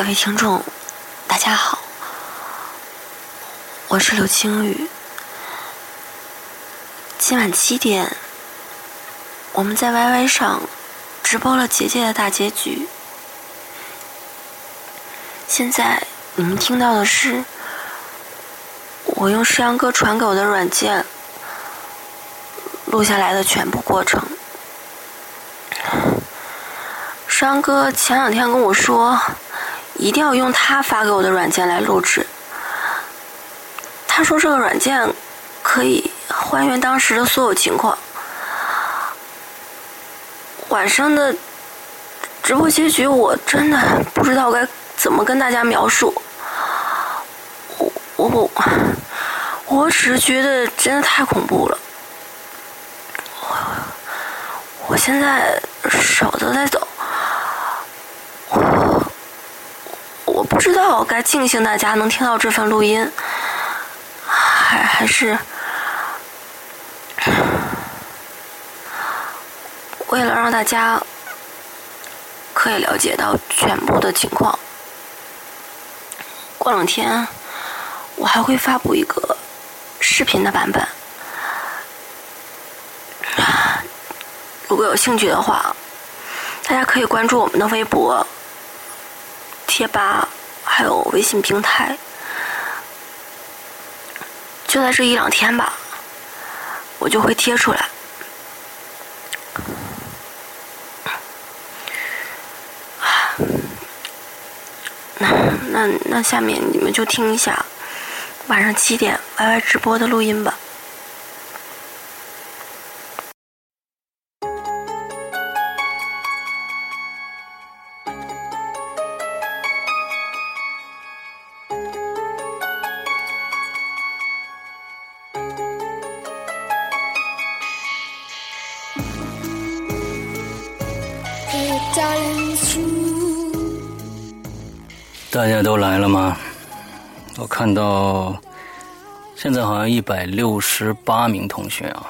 各位听众，大家好，我是刘青雨。今晚7点，我们在 YY 上直播了结界的大结局。现在你们听到的是我用诗阳哥传给我的软件录下来的全部过程。诗阳哥前2天跟我说，一定要用他发给我的软件来录制。他说这个软件可以还原当时的所有情况。晚上的直播结局我真的不知道该怎么跟大家描述。我只是觉得真的太恐怖了。我现在手都在抖。我不知道该庆幸大家能听到这份录音，还是为了让大家可以了解到全部的情况。过2天我还会发布一个视频的版本，如果有兴趣的话，大家可以关注我们的微博、贴吧还有微信平台。就在这1-2天吧，我就会贴出来。那下面你们就听一下晚上7点 YY 直播的录音吧。 大家都来了吗？我看到现在好像168名同学啊，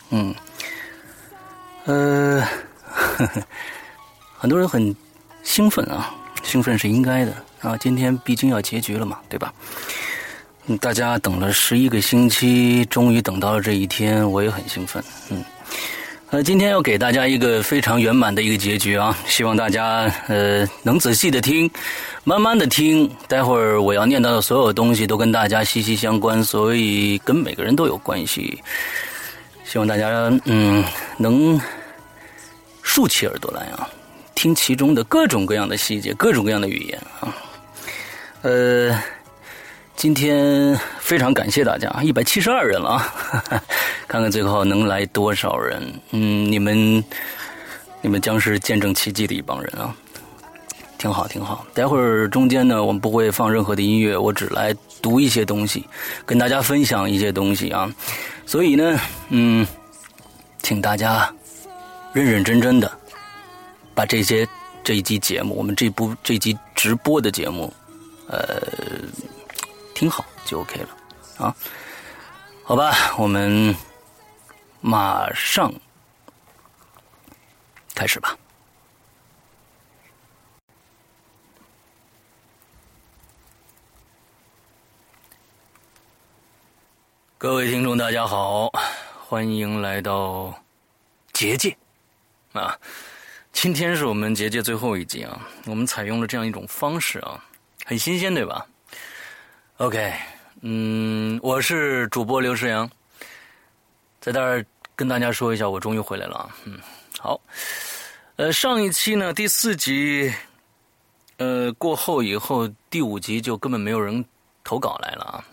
很多人很兴奋啊，兴奋是应该的啊，今天毕竟要结局了嘛，对吧？大家等了11个星期，终于等到了这一天，我也很兴奋，今天要给大家一个非常圆满的一个结局啊，希望大家能仔细的听，慢慢的听，待会儿我要念到的所有东西都跟大家息息相关，所以跟每个人都有关系，希望大家能竖起耳朵来啊，听其中的各种各样的细节，各种各样的语言啊。今天非常感谢大家，172人了啊！看看最后能来多少人。你们将是见证奇迹的一帮人啊，挺好挺好。待会儿中间呢，我们不会放任何的音乐，我只来读一些东西，跟大家分享一些东西啊。所以呢，请大家认认真真的把这一集节目，我们这集直播的节目，听好就 OK 了啊，好吧，我们马上开始吧。各位听众大家好，欢迎来到结界啊，今天是我们结界最后一集啊，我们采用了这样一种方式啊，很新鲜对吧？OK， 我是主播刘世阳，在这儿跟大家说一下，我终于回来了啊。好，上一期呢第4集，过后以后第5集就根本没有人投稿来了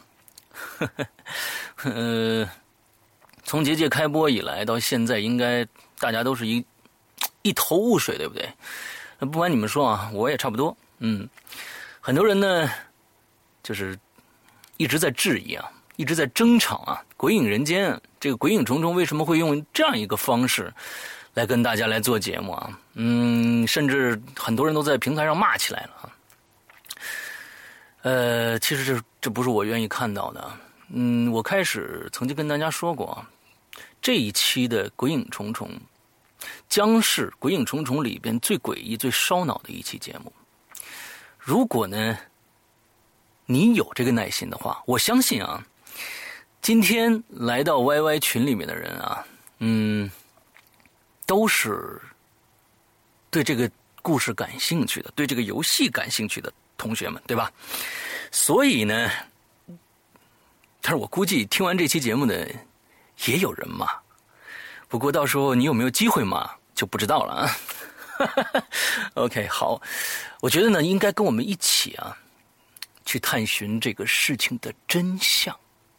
啊。从结界开播以来到现在，应该大家都是一头雾水，对不对？不管你们说啊，我也差不多。很多人呢，就是一直在质疑啊，一直在争吵啊，鬼影人间这个鬼影重重为什么会用这样一个方式来跟大家来做节目啊？甚至很多人都在平台上骂起来了啊。其实这不是我愿意看到的。我开始曾经跟大家说过，这一期的鬼影重重将是鬼影重重里边最诡异、最烧脑的一期节目。 如果呢，你有这个耐心的话，我相信啊，今天来到 YY 群里面的人啊，都是对这个故事感兴趣的，对这个游戏感兴趣的同学们，对吧？所以呢，但是我估计听完这期节目的也有人骂，不过到时候你有没有机会骂就不知道了啊。OK， 好，我觉得呢，应该跟我们一起啊，去探寻这个事情的真相，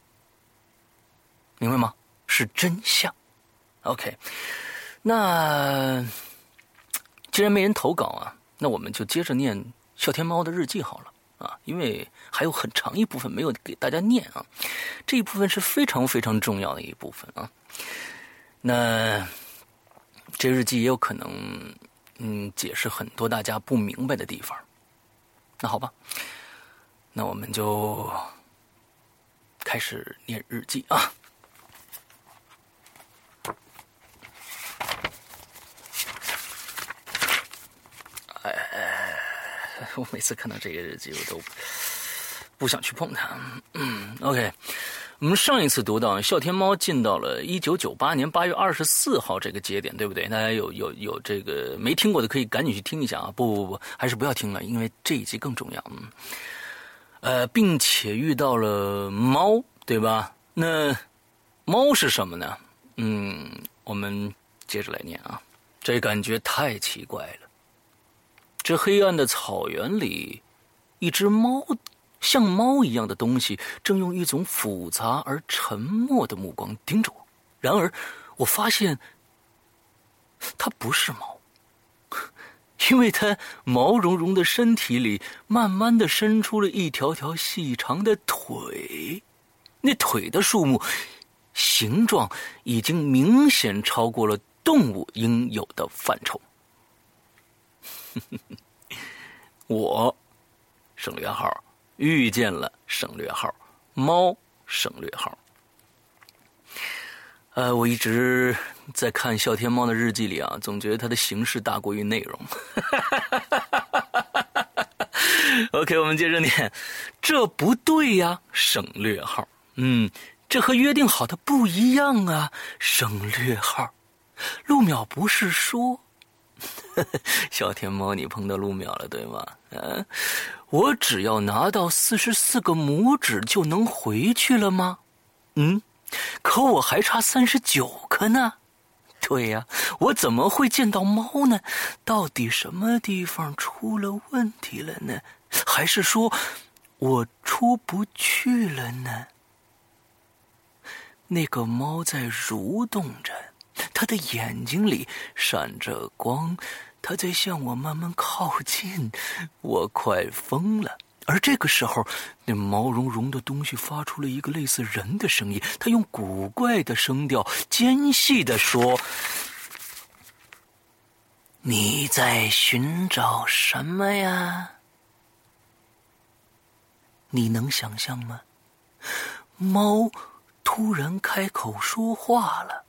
明白吗？是真相。OK， 那既然没人投稿啊，那我们就接着念笑天猫的日记好了啊，因为还有很长一部分没有给大家念啊，这一部分是非常非常重要的一部分啊。那这日记也有可能解释很多大家不明白的地方。那好吧，那我们就开始念日记啊。我每次看到这个日记，我都不想去碰它。OK， 我们上一次读到笑天猫进到了1998年8月24号这个节点，对不对？大家有这个没听过的可以赶紧去听一下啊！不，还是不要听了，因为这一集更重要。并且遇到了猫，对吧？那猫是什么呢？我们接着来念啊。这感觉太奇怪了。这黑暗的草原里，一只猫，像猫一样的东西，正用一种复杂而沉默的目光盯着我。然而，我发现，它不是猫，因为它毛茸茸的身体里，慢慢地伸出了一条条细长的腿。那腿的数目、形状已经明显超过了动物应有的范畴。我省略号遇见了省略号猫省略号。我一直在看笑天猫的日记里啊，总觉得它的形式大过于内容。OK， 我们接着念，这不对呀，省略号。这和约定好的不一样啊，省略号。陆淼不是说小天猫，你碰到陆淼了对吗？我只要拿到44个拇指就能回去了吗？可我还差39个呢。对呀，我怎么会见到猫呢？到底什么地方出了问题了呢？还是说我出不去了呢？那个猫在蠕动着，它的眼睛里闪着光，它在向我慢慢靠近，我快疯了。而这个时候，那毛茸茸的东西发出了一个类似人的声音，它用古怪的声调尖细地说：你在寻找什么呀？你能想象吗？猫突然开口说话了。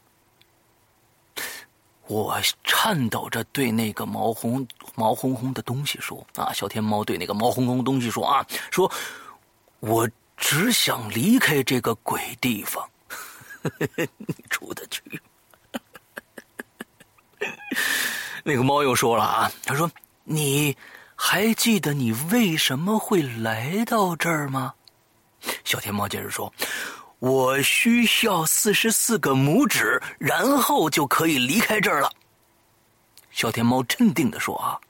我颤抖着对那个毛烘烘的东西说啊，小天猫对那个毛烘烘的东西说啊，说我只想离开这个鬼地方。你出得去？那个猫又说了啊，他说你还记得你为什么会来到这儿吗？小天猫接着说，我需要44个拇指，然后就可以离开这儿了。小天猫镇定地说啊，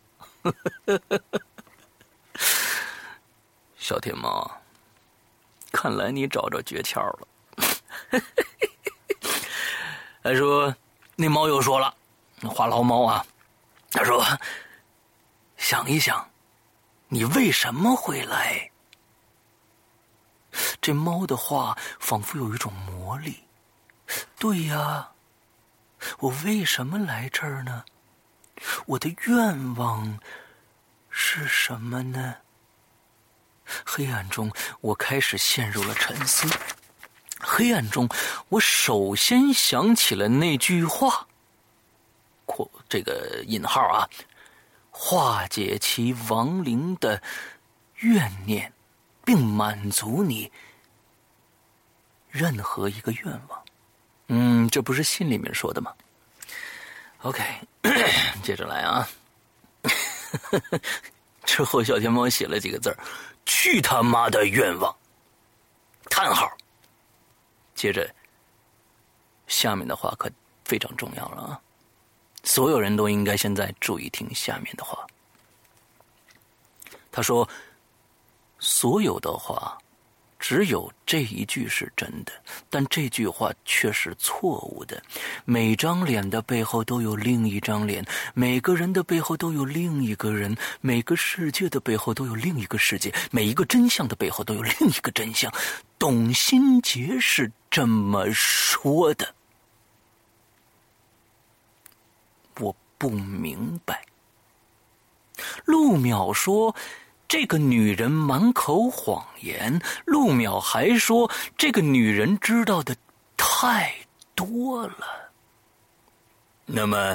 小天猫，看来你找着诀窍了。他说，那猫又说了，话痨猫啊，他说，想一想，你为什么会来？这猫的话仿佛有一种魔力。对呀，我为什么来这儿呢？我的愿望是什么呢？黑暗中，我开始陷入了沉思。黑暗中，我首先想起了那句话，这个引号啊， 化解其亡灵的怨念，并满足你任何一个愿望。这不是信里面说的吗？ OK 接着来啊。之后小天猫写了几个字儿，去他妈的愿望！叹号。接着下面的话可非常重要了啊，所有人都应该现在注意听下面的话。他说，所有的话只有这一句是真的，但这句话却是错误的。每张脸的背后都有另一张脸，每个人的背后都有另一个人，每个世界的背后都有另一个世界，每一个真相的背后都有另一个真相。董心杰是这么说的。我不明白。陆淼说，这个女人满口谎言。陆淼还说，这个女人知道的太多了。那么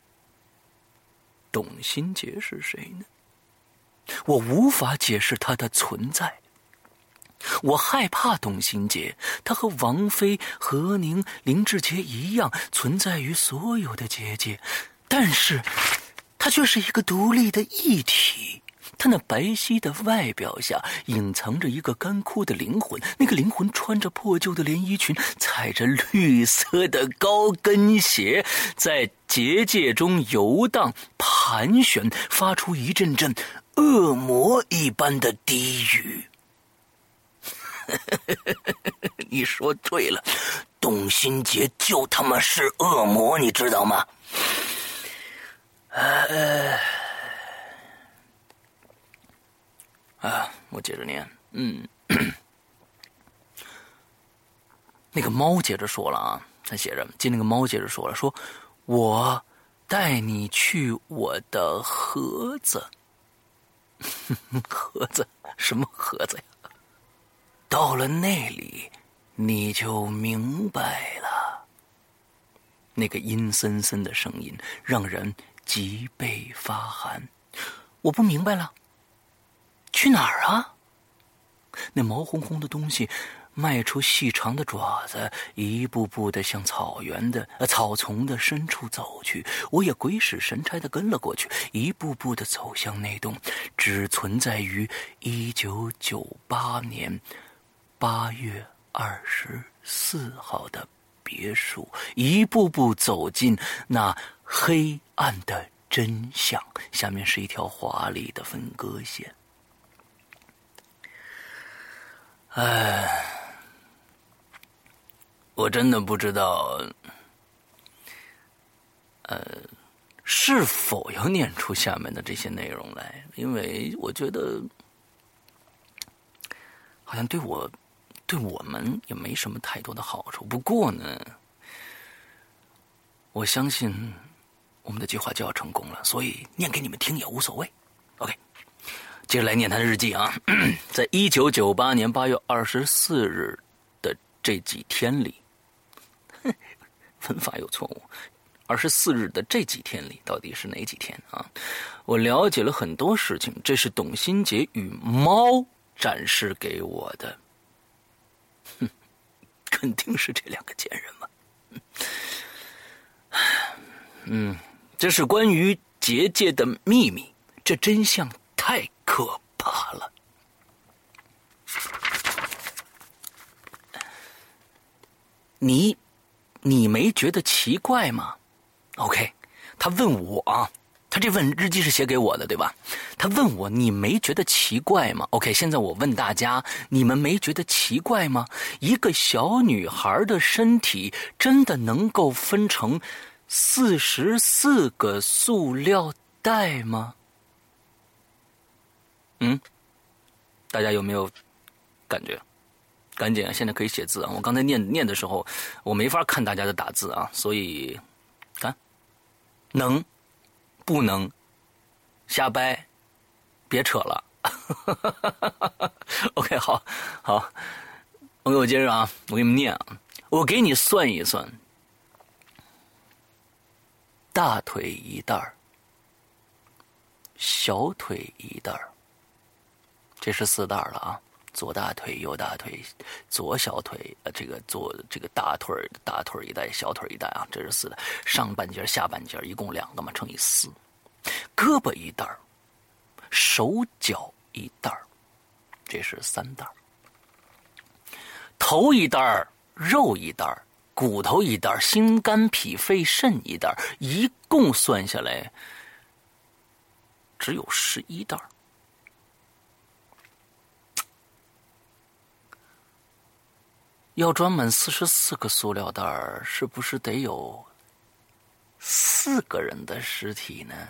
董心杰是谁呢？我无法解释她的存在。我害怕董心杰，她和王菲、何宁、林志杰一样存在于所有的结界，但是她却是一个独立的一体。她那白皙的外表下隐藏着一个干枯的灵魂，那个灵魂穿着破旧的连衣裙，踩着绿色的高跟鞋，在结界中游荡盘旋，发出一阵阵恶魔一般的低语。你说对了，董心杰就他妈是恶魔，你知道吗？我接着念。那个猫接着说了啊，他写着，那个猫接着说了，说我带你去我的盒子。盒子？什么盒子呀？到了那里你就明白了。那个阴森森的声音让人脊背发寒。我不明白了，去哪儿啊？那毛烘烘的东西迈出细长的爪子，一步步地向草丛的深处走去。我也鬼使神差地跟了过去，一步步地走向那栋只存在于1998年8月24号的别墅，一步步走进那黑暗的真相。下面是一条华丽的分割线。我真的不知道是否要念出下面的这些内容来，因为我觉得好像对我们也没什么太多的好处。不过呢，我相信我们的计划就要成功了，所以念给你们听也无所谓。 OK， 接着来念他的日记啊。在1998年8月24日的这几天里，文法有错误，24日的这几天里到底是哪几天啊？我了解了很多事情，这是董心杰与猫展示给我的。肯定是这两个贱人嘛。这是关于结界的秘密，这真相太可怕了。你没觉得奇怪吗？ OK， 他问我啊，他这份日记是写给我的对吧？他问我你没觉得奇怪吗？ OK， 现在我问大家，你们没觉得奇怪吗？一个小女孩的身体真的能够分成44个塑料袋吗？大家有没有感觉？赶紧啊，现在可以写字啊！我刚才念的时候，我没法看大家的打字啊，所以看能不能瞎掰，别扯了。OK， 好，我接着啊，我给你们念啊，我给你算一算，大腿一袋， 小腿一袋儿，这是4袋了啊。左大腿、右大腿、左小腿，这个大腿一袋，小腿一袋啊，这是4袋。上半截、下半截一共2个嘛，乘以4。胳膊一袋儿，手脚一袋儿，这是3袋。头一袋儿，肉一袋儿，骨头一袋儿，心肝脾肺肾一袋儿，一共算下来只有11袋儿。要装满44个塑料袋儿，是不是得有4个人的尸体呢？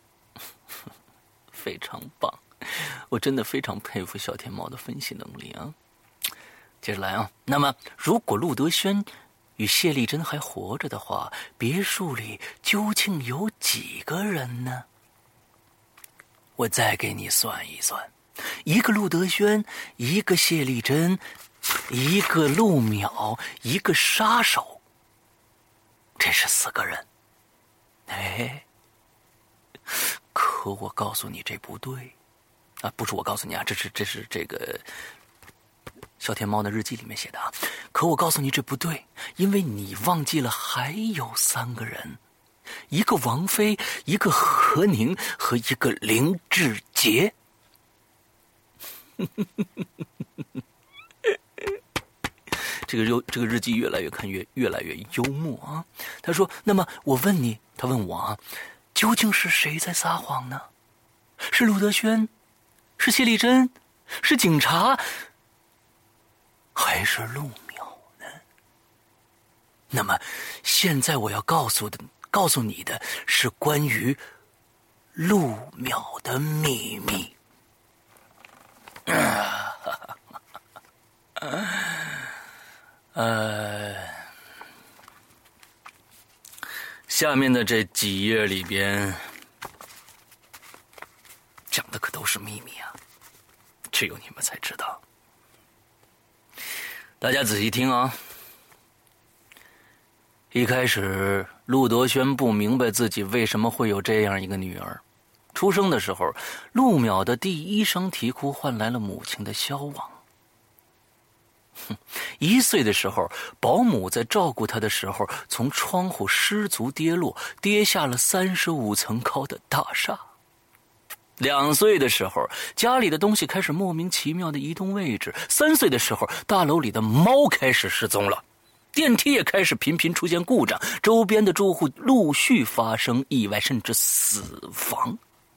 非常棒，我真的非常佩服小天猫的分析能力啊！接着来啊，那么如果陆德轩与谢丽珍还活着的话，别墅里究竟有几个人呢？我再给你算一算，一个陆德轩，一个谢丽珍，一个陆淼，一个杀手，这是4个人。哎，可我告诉你这不对啊！不是我告诉你啊，这是这个小天猫的日记里面写的啊。可我告诉你这不对，因为你忘记了还有3个人，一个王菲，一个何宁和一个林志杰。这个日记越来越看越来越幽默啊！他说：“那么我问你，他问我啊，究竟是谁在撒谎呢？是陆德轩，是谢丽珍，是警察，还是陆淼呢？那么现在我要告诉你的是关于陆淼的秘密。”下面的这几页里边讲的可都是秘密啊，只有你们才知道。大家仔细听啊。一开始陆德轩不明白自己为什么会有这样一个女儿。出生的时候，陆淼的第一声啼哭换来了母亲的消亡。1岁的时候，保姆在照顾他的时候，从窗户失足跌落，跌下了35层高的大厦。2岁的时候，家里的东西开始莫名其妙的移动位置。3岁的时候，大楼里的猫开始失踪了，电梯也开始频频出现故障，周边的住户陆续发生意外，甚至死亡。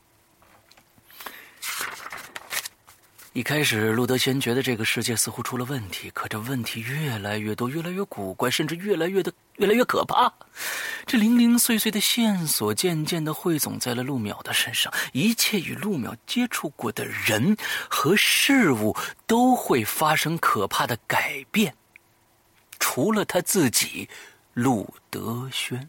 一开始陆德轩觉得这个世界似乎出了问题，可这问题越来越多，越来越古怪，甚至越来越可怕。这零零碎碎的线索渐渐地汇总在了陆淼的身上，一切与陆淼接触过的人和事物都会发生可怕的改变，除了他自己，陆德轩。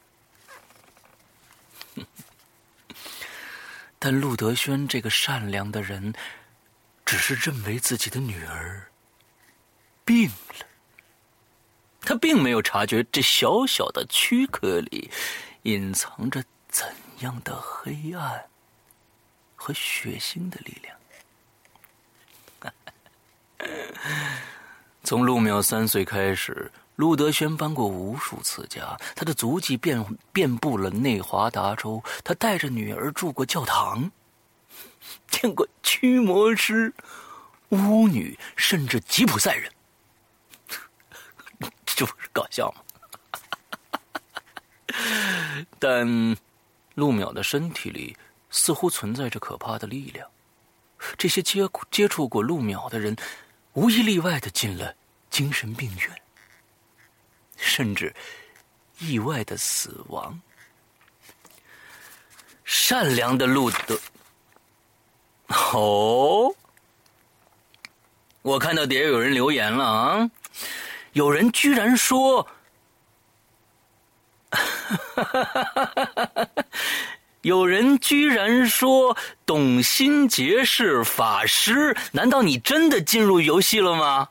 但陆德轩这个善良的人只是认为自己的女儿病了，他并没有察觉这小小的躯壳里隐藏着怎样的黑暗和血腥的力量。从陆淼3岁开始，陆德轩搬过无数次家，他的足迹遍布了内华达州。他带着女儿住过教堂，见过驱魔师、巫女，甚至吉普赛人。这不是搞笑吗？但陆淼的身体里似乎存在着可怕的力量，这些接触过陆淼的人无一例外地进了精神病院，甚至意外的死亡。善良的陆德，我看到底下有人留言了啊！有人居然说，有人居然说董新杰是法师，难道你真的进入游戏了吗？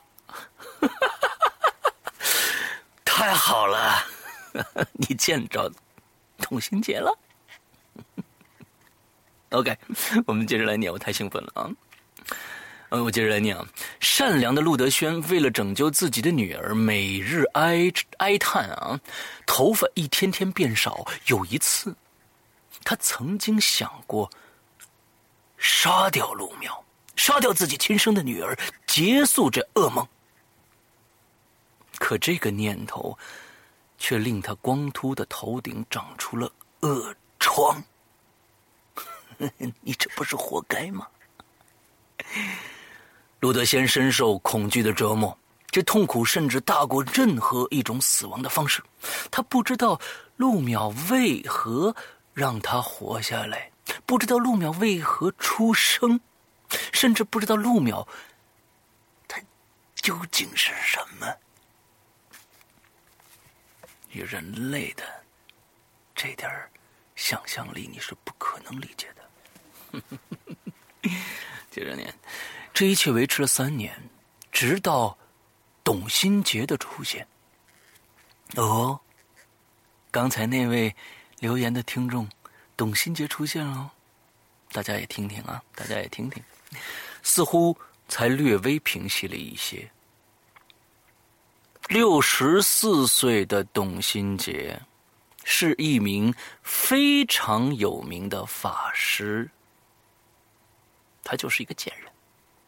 太好了，你见着董新杰了。 OK， 我们接着来念，我太兴奋了啊！我接着来念啊。善良的陆德轩为了拯救自己的女儿，每日哀叹啊，头发一天天变少。有一次，他曾经想过杀掉陆苗，杀掉自己亲生的女儿，结束这噩梦。可这个念头却令他光秃的头顶长出了恶疮。你这不是活该吗？陆德先深受恐惧的折磨，这痛苦甚至大过任何一种死亡的方式。他不知道陆淼为何让他活下来，不知道陆淼为何出生，甚至不知道陆淼他究竟是什么。与人类的这点想象力，你是不可能理解的。接着念，这一切维持了3年，直到董新杰的出现。哦，刚才那位留言的听众董新杰出现了，大家也听听啊，大家也听听，似乎才略微平息了一些。64岁的董新杰是一名非常有名的法师，他就是一个贱人。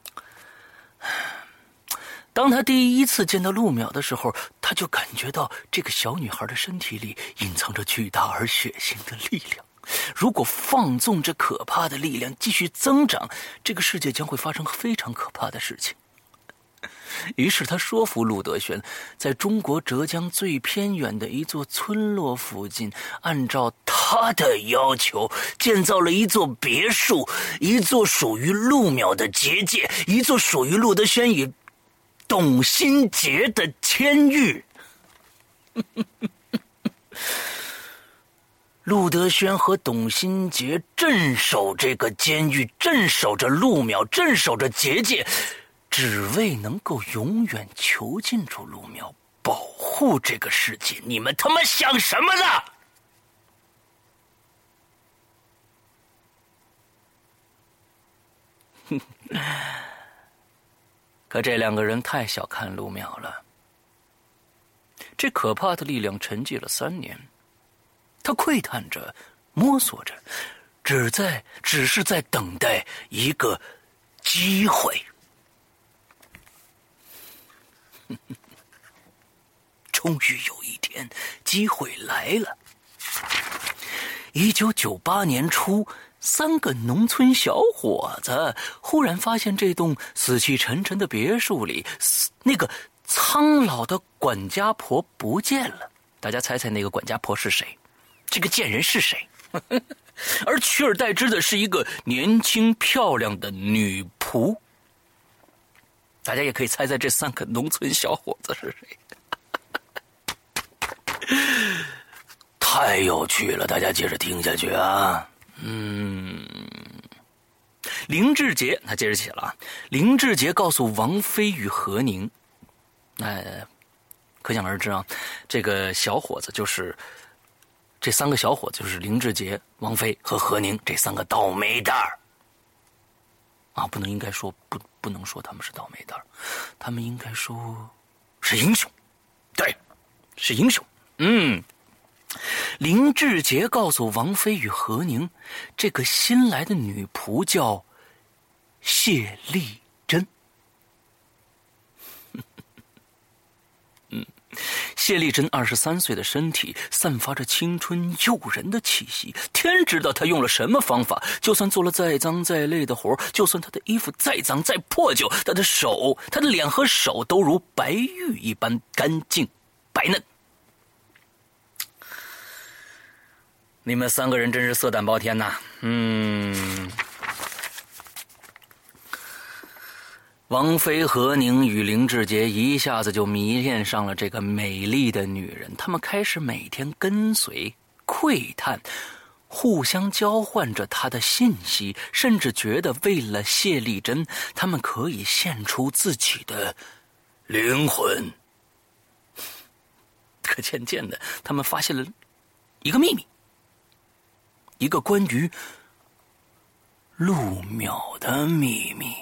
当他第一次见到陆淼的时候，他就感觉到这个小女孩的身体里隐藏着巨大而血腥的力量。如果放纵这可怕的力量继续增长，这个世界将会发生非常可怕的事情。于是他说服陆德轩，在中国浙江最偏远的一座村落附近，按照他的要求建造了一座别墅，一座属于陆淼的结界，一座属于陆德轩与董新杰的监狱。陆德轩和董新杰镇守这个监狱，镇守着陆淼，镇守着结界，只为能够永远囚禁住陆淼，保护这个世界。你们他妈想什么呢？可这2个人太小看陆淼了。这可怕的力量沉寂了3年，他窥探着，摸索着，只是在等待一个机会。终于有一天，机会来了。1998年初，3个农村小伙子忽然发现这栋死气沉沉的别墅里，那个苍老的管家婆不见了。大家猜猜那个管家婆是谁？这个贱人是谁？而取而代之的是一个年轻漂亮的女仆。大家也可以猜猜这3个农村小伙子是谁。太有趣了，大家接着听下去啊。林志杰他接着写了啊，林志杰告诉王菲与何宁，可想而知啊，这个小伙子就是这3个小伙子，就是林志杰、王菲和何宁这3个倒霉蛋儿啊，不能说他们是倒霉蛋儿，他们应该说是英雄，对，是英雄。林志杰告诉王菲与何宁，这个新来的女仆叫谢丽珍。谢丽珍23岁的身体散发着青春诱人的气息，天知道她用了什么方法，就算做了再脏再累的活，就算她的衣服再脏再破旧，她的脸和手都如白玉一般干净白嫩。你们3个人真是色胆包天呐！王菲、何宁与林志杰一下子就迷恋上了这个美丽的女人，他们开始每天跟随、窥探，互相交换着她的信息，甚至觉得为了谢丽珍，他们可以献出自己的灵魂。可渐渐的，他们发现了一个秘密，一个关于陆淼的秘密。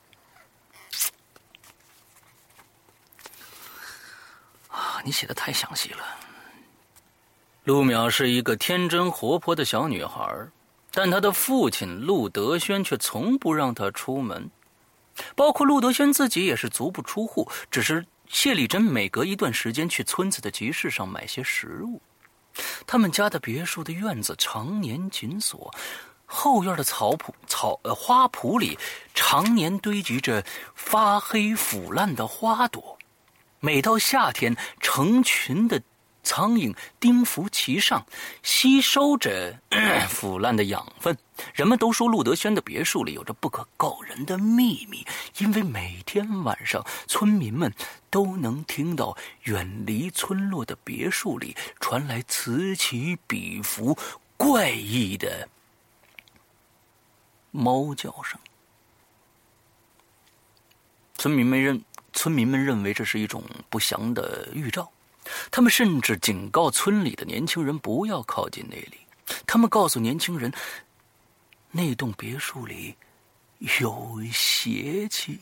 你写的太详细了。陆淼是一个天真活泼的小女孩，但她的父亲陆德轩却从不让她出门，包括陆德轩自己也是足不出户，只是谢丽珍每隔一段时间去村子的集市上买些食物。他们家的别墅的院子常年紧锁，后院的花圃里常年堆积着发黑腐烂的花朵。每到夏天，成群的苍蝇叮伏其上，吸收着腐烂的养分。人们都说陆德轩的别墅里有着不可告人的秘密，因为每天晚上村民们都能听到远离村落的别墅里传来此起彼伏怪异的猫叫声。村民们认为这是一种不祥的预兆，他们甚至警告村里的年轻人不要靠近那里。他们告诉年轻人，那栋别墅里有邪气。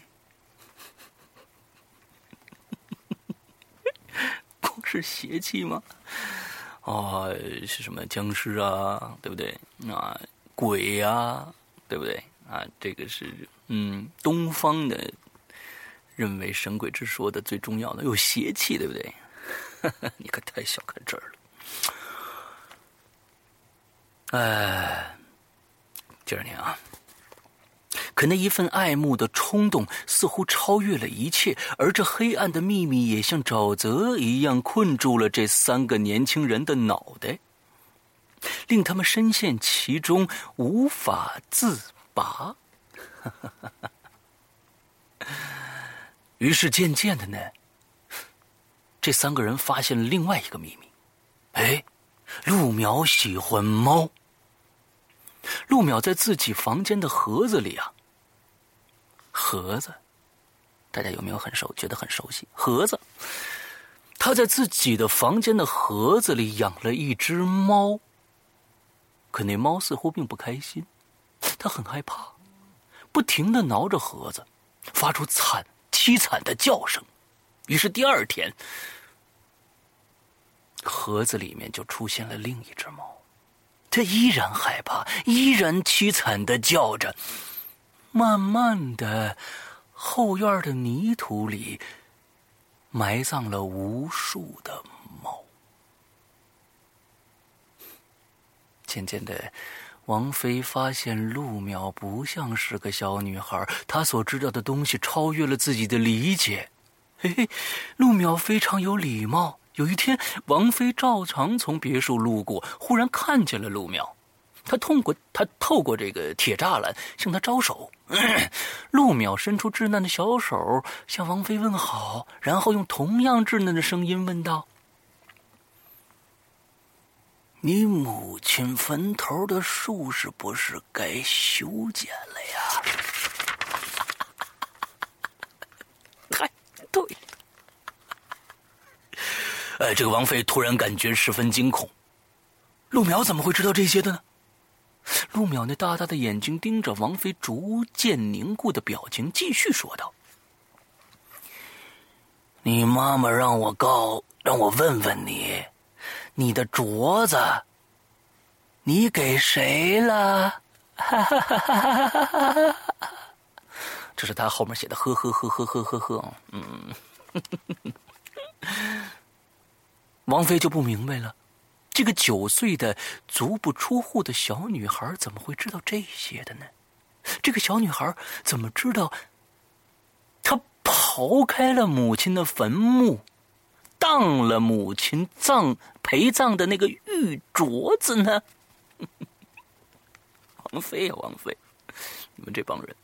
光是邪气吗？是什么僵尸啊，对不对？鬼啊，对不对？这个是东方的认为神鬼之说的最重要的有邪气，对不对？你可太小看这儿了。接着念啊。可那一份爱慕的冲动似乎超越了一切，而这黑暗的秘密也像沼泽一样困住了这3个年轻人的脑袋，令他们深陷其中无法自拔。于是渐渐的呢，这3个人发现了另外一个秘密。陆淼喜欢猫。陆淼在自己房间的盒子里啊，盒子，大家有没有觉得很熟悉？盒子，他在自己的房间的盒子里养了一只猫。可那猫似乎并不开心，它很害怕，不停地挠着盒子，发出凄惨的叫声。于是第二天，盒子里面就出现了另一只猫，它依然害怕，依然凄惨地叫着。慢慢的，后院的泥土里埋葬了无数的猫。渐渐的，王菲发现陆淼不像是个小女孩，她所知道的东西超越了自己的理解。陆淼非常有礼貌。有一天，王菲照常从别墅路过，忽然看见了陆淼。他透过这个铁栅栏向他招手。陆淼伸出稚嫩的小手向王菲问好，然后用同样稚嫩的声音问道：你母亲坟头的树是不是该修剪了呀？太对了。这个王菲突然感觉十分惊恐，陆淼怎么会知道这些的呢？陆淼那大大的眼睛盯着王菲逐渐凝固的表情，继续说道：你妈妈让我问问你，你的镯子你给谁了？这是他后面写的呵呵呵呵呵呵呵。王菲就不明白了，这个9岁的足不出户的小女孩怎么会知道这些的呢？这个小女孩怎么知道她刨开了母亲的坟墓，当了母亲陪葬的那个玉镯子呢？王菲啊，王菲，你们这帮人，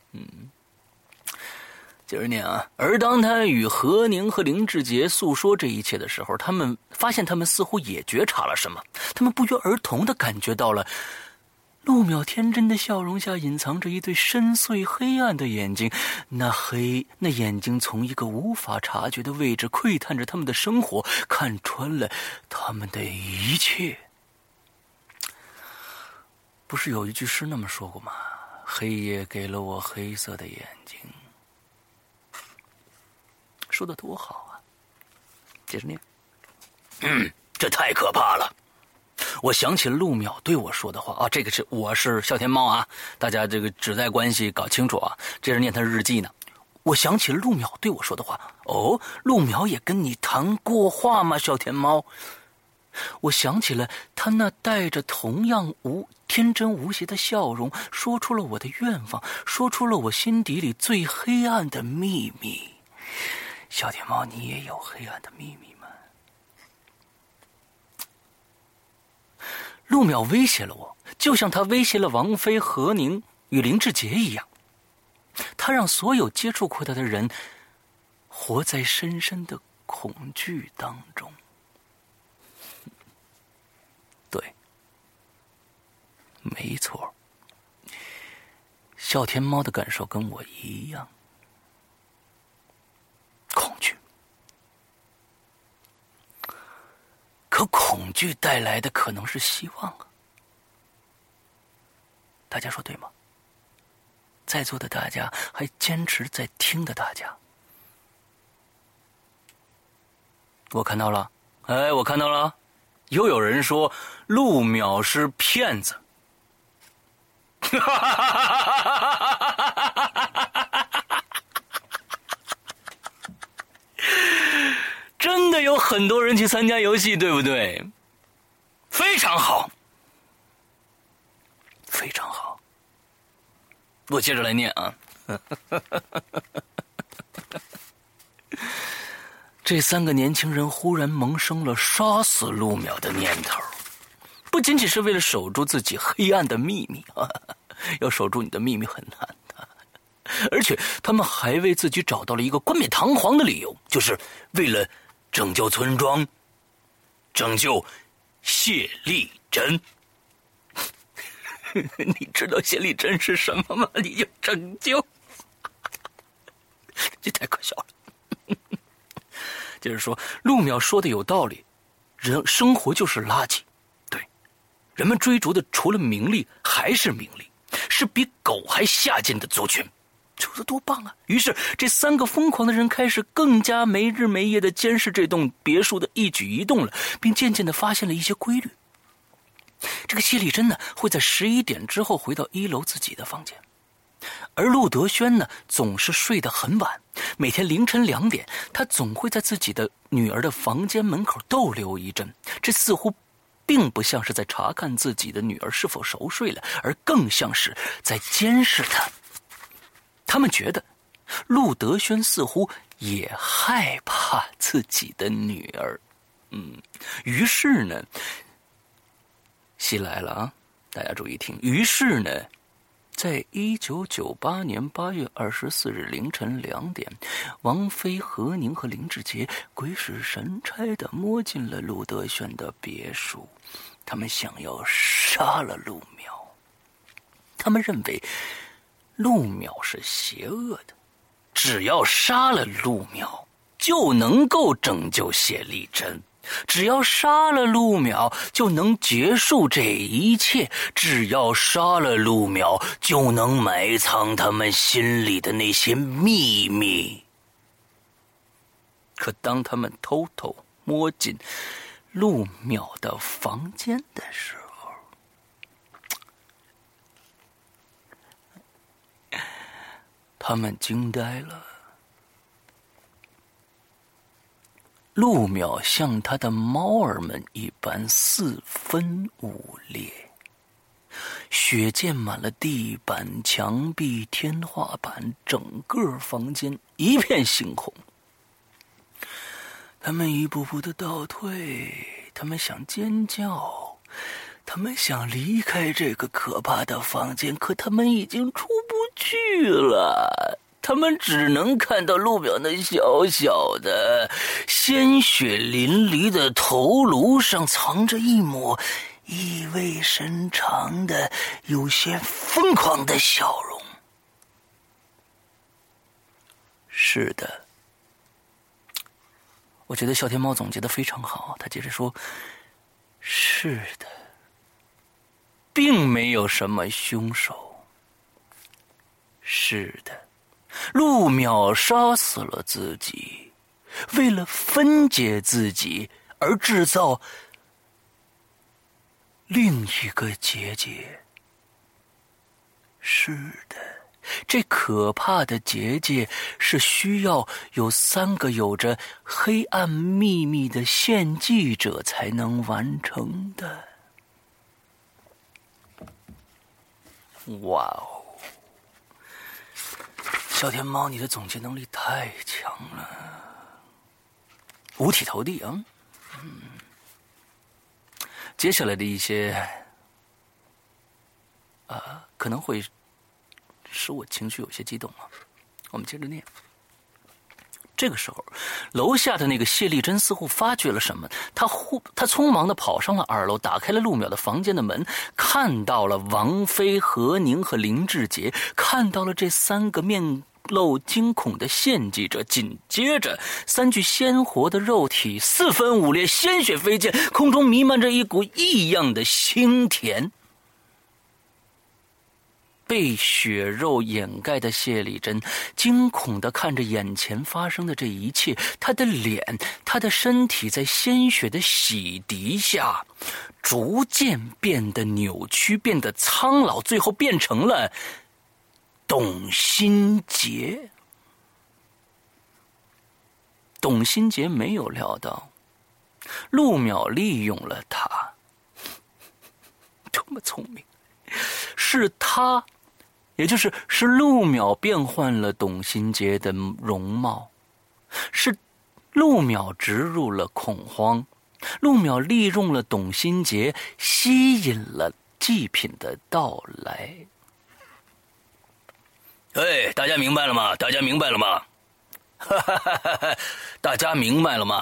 接着念啊。而当他与何宁和林志杰诉说这一切的时候，他们发现他们似乎也觉察了什么，他们不约而同地感觉到了陆淼天真的笑容下隐藏着一对深邃黑暗的眼睛，那眼睛从一个无法察觉的位置窥探着他们的生活，看穿了他们的一切。不是有一句诗那么说过吗？ 黑夜给了我黑色的眼睛。说的多好啊！接着念。这太可怕了。我想起了陆淼对我说的话啊，这个我是笑天猫啊，大家这个指代关系搞清楚啊。接着念他日记呢。我想起了陆淼对我说的话。哦，陆淼也跟你谈过话吗，笑天猫？我想起了他那带着同样天真无邪的笑容，说出了我的愿望，说出了我心底里最黑暗的秘密。小天猫，你也有黑暗的秘密吗？陆淼威胁了我，就像他威胁了王菲、何宁与林志杰一样。他让所有接触过他的人活在深深的恐惧当中。对，没错，笑天猫的感受跟我一样，恐惧。可恐惧带来的可能是希望啊，大家说对吗？在座的大家，还坚持在听的大家，我看到了，我看到了，又有人说陆淼是骗子。真的有很多人去参加游戏，对不对？非常好，非常好。我接着来念啊。这3个年轻人忽然萌生了杀死陆淼的念头，不仅仅是为了守住自己黑暗的秘密啊，要守住你的秘密很难的，而且他们还为自己找到了一个冠冕堂皇的理由，就是为了拯救村庄，拯救谢丽珍。你知道谢丽珍是什么吗？你就拯救，这太可笑了。就是说，陆淼说的有道理，生活就是垃圾。对，人们追逐的除了名利还是名利，是比狗还下贱的族群。说的多棒啊！于是这3个疯狂的人开始更加没日没夜地监视这栋别墅的一举一动了，并渐渐地发现了一些规律。这个谢丽珍呢，会在11点之后回到1楼自己的房间，而陆德轩呢，总是睡得很晚。每天凌晨2点，他总会在自己的女儿的房间门口逗留一阵。这似乎并不像是在查看自己的女儿是否熟睡了，而更像是在监视她。他们觉得陆德轩似乎也害怕自己的女儿。于是呢，戏来了啊，大家注意听。于是呢，在1998年8月24日凌晨2点，王菲、何宁和林志杰鬼使神差地摸进了陆德轩的别墅。他们想要杀了陆淼，他们认为陆淼是邪恶的，只要杀了陆淼就能够拯救谢丽珍，只要杀了陆淼就能结束这一切，只要杀了陆淼就能埋藏他们心里的那些秘密。可当他们偷偷摸进陆淼的房间的时候，他们惊呆了。陆淼像他的猫儿们一般4分5裂，血溅满了地板、墙壁、天花板，整个房间一片猩红。他们一步步的倒退，他们想尖叫，他们想离开这个可怕的房间，可他们已经出不去了。他们只能看到陆淼那小小的鲜血淋漓的头颅上藏着一抹意味深长的有些疯狂的笑容。是的，我觉得笑天猫总结得非常好，他接着说，是的，并没有什么凶手， 是的，陆淼杀死了自己，为了分解自己而制造另一个结界。是的，这可怕的结界是需要有3个有着黑暗秘密的献祭者才能完成的。哇哦，小天猫，你的总结能力太强了，五体投地啊！接下来的一些可能会使我情绪有些激动啊。我们接着念。这个时候，楼下的那个谢丽珍似乎发觉了什么，她匆忙地跑上了2楼，打开了陆淼的房间的门，看到了王菲、何宁和林志杰，看到了这3个面露惊恐的献祭者。紧接着，3具鲜活的肉体4分5裂，鲜血飞溅，空中弥漫着一股异样的腥甜。被血肉掩盖的谢丽珍惊恐地看着眼前发生的这一切，她的脸，她的身体在鲜血的洗涤下逐渐变得扭曲，变得苍老，最后变成了董新杰。董新杰没有料到陆淼利用了他，多么聪明，是他，也是陆淼变换了董新杰的容貌，是陆淼植入了恐慌，陆淼利用了董新杰，吸引了祭品的到来。哎，大家明白了吗？大家明白了吗？大家明白了吗？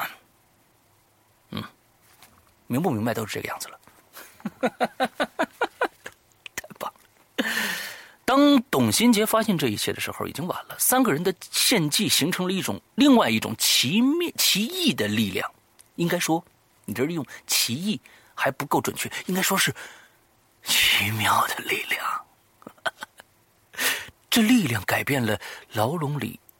明不明白都是这个样子了。太棒了。当董新杰发现这一切的时候，已经晚了。3个人的献祭形成了另外一种奇异的力量。应该说，你这用奇异还不够准确，应该说是奇妙的力量。这力量改变了牢笼